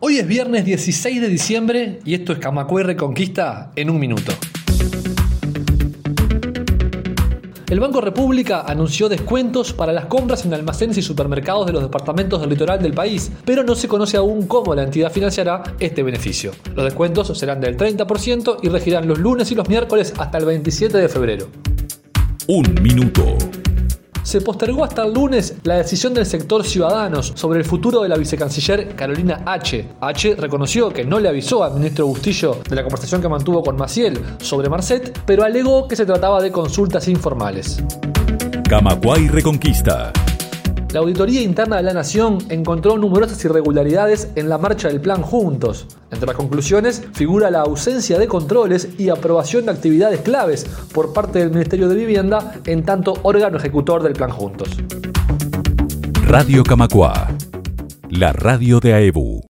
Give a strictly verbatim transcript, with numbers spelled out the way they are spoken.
Hoy es viernes dieciséis de diciembre y esto es Camacuay Reconquista en un minuto. El Banco República anunció descuentos para las compras en almacenes y supermercados de los departamentos del litoral del país, pero no se conoce aún cómo la entidad financiará este beneficio. Los descuentos serán del treinta por ciento y regirán los lunes y los miércoles hasta el veintisiete de febrero. Un minuto. Se postergó hasta el lunes la decisión del sector Ciudadanos sobre el futuro de la vicecanciller Carolina H. H reconoció que no le avisó al ministro Bustillo de la conversación que mantuvo con Maciel sobre Marcet, pero alegó que se trataba de consultas informales. Camacuay Reconquista. La Auditoría Interna de la Nación encontró numerosas irregularidades en la marcha del Plan Juntos. Entre las conclusiones figura la ausencia de controles y aprobación de actividades claves por parte del Ministerio de Vivienda en tanto órgano ejecutor del Plan Juntos. Radio Camacuá, la radio de A E B U.